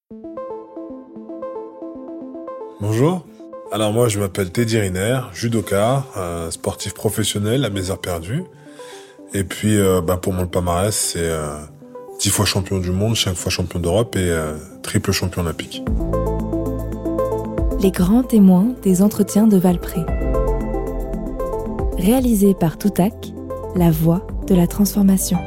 Bonjour, alors moi je m'appelle Teddy Riner, judoka, sportif professionnel à mes heures perdues. Et puis pour mon palmarès c'est 10 fois champion du monde, 5 fois champion d'Europe et triple champion olympique. Les grands témoins des entretiens de Valpré. Réalisé par Toutac, la voix de la transformation.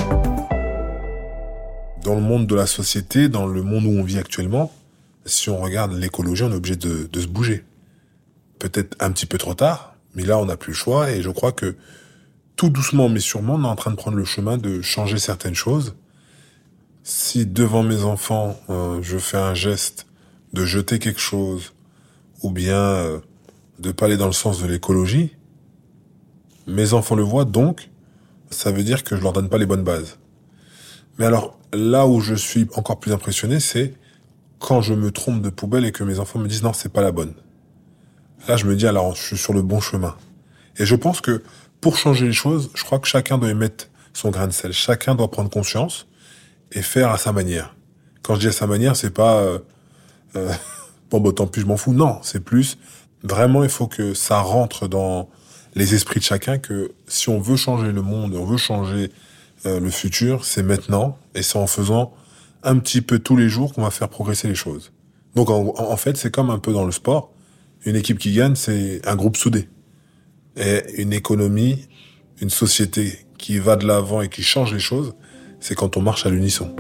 Dans le monde de la société, dans le monde où on vit actuellement, si on regarde l'écologie, on est obligé de se bouger. Peut-être un petit peu trop tard, mais là on n'a plus le choix et je crois que tout doucement mais sûrement on est en train de prendre le chemin de changer certaines choses. Si devant mes enfants je fais un geste de jeter quelque chose ou bien de pas aller dans le sens de l'écologie, mes enfants le voient, donc ça veut dire que je leur donne pas les bonnes bases. Mais alors là où je suis encore plus impressionné, c'est quand je me trompe de poubelle et que mes enfants me disent non, c'est pas la bonne. Là, je me dis alors je suis sur le bon chemin. Et je pense que pour changer les choses, je crois que chacun doit y mettre son grain de sel. Chacun doit prendre conscience et faire à sa manière. Quand je dis à sa manière, c'est pas tant pis, je m'en fous. Non, c'est plus vraiment il faut que ça rentre dans les esprits de chacun que si on veut changer le monde, on veut changer le futur, c'est maintenant et c'est en faisant un petit peu tous les jours qu'on va faire progresser les choses. Donc en fait, c'est comme un peu dans le sport. Une équipe qui gagne, c'est un groupe soudé. Et une économie, une société qui va de l'avant et qui change les choses, c'est quand on marche à l'unisson.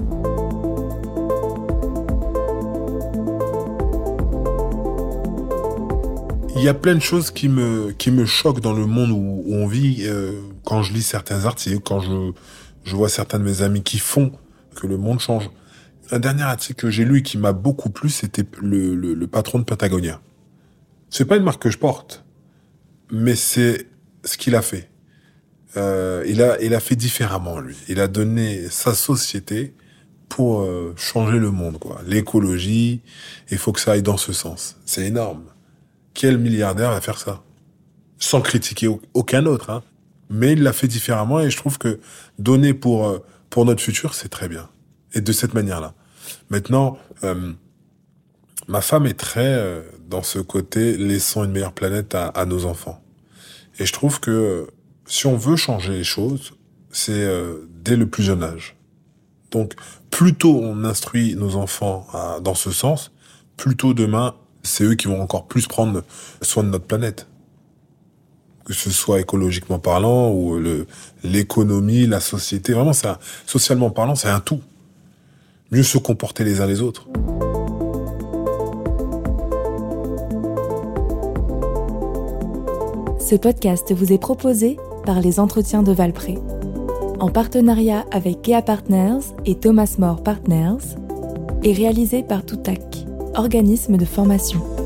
Il y a plein de choses qui me choquent dans le monde où on vit quand je lis certains articles, quand je vois certains de mes amis qui font que le monde change. Un dernier article que j'ai lu et qui m'a beaucoup plu, c'était le patron de Patagonia. C'est pas une marque que je porte, mais c'est ce qu'il a fait. Il a fait différemment, lui. Il a donné sa société pour changer le monde, quoi. L'écologie, il faut que ça aille dans ce sens. C'est énorme. Quel milliardaire va faire ça? Sans critiquer aucun autre, hein. Mais il l'a fait différemment et je trouve que donner pour notre futur, c'est très bien. Et de cette manière-là. Maintenant, ma femme est très dans ce côté laissons une meilleure planète à nos enfants. Et je trouve que si on veut changer les choses, c'est dès le plus jeune âge. Donc, plus tôt on instruit nos enfants dans ce sens, plus tôt demain, c'est eux qui vont encore plus prendre soin de notre planète. Que ce soit écologiquement parlant ou l'économie, la société, vraiment, socialement parlant, c'est un tout. Mieux se comporter les uns les autres. Ce podcast vous est proposé par les Entretiens de Valpré, en partenariat avec Kea Partners et Thomas More Partners, et réalisé par Toutac, organisme de formation.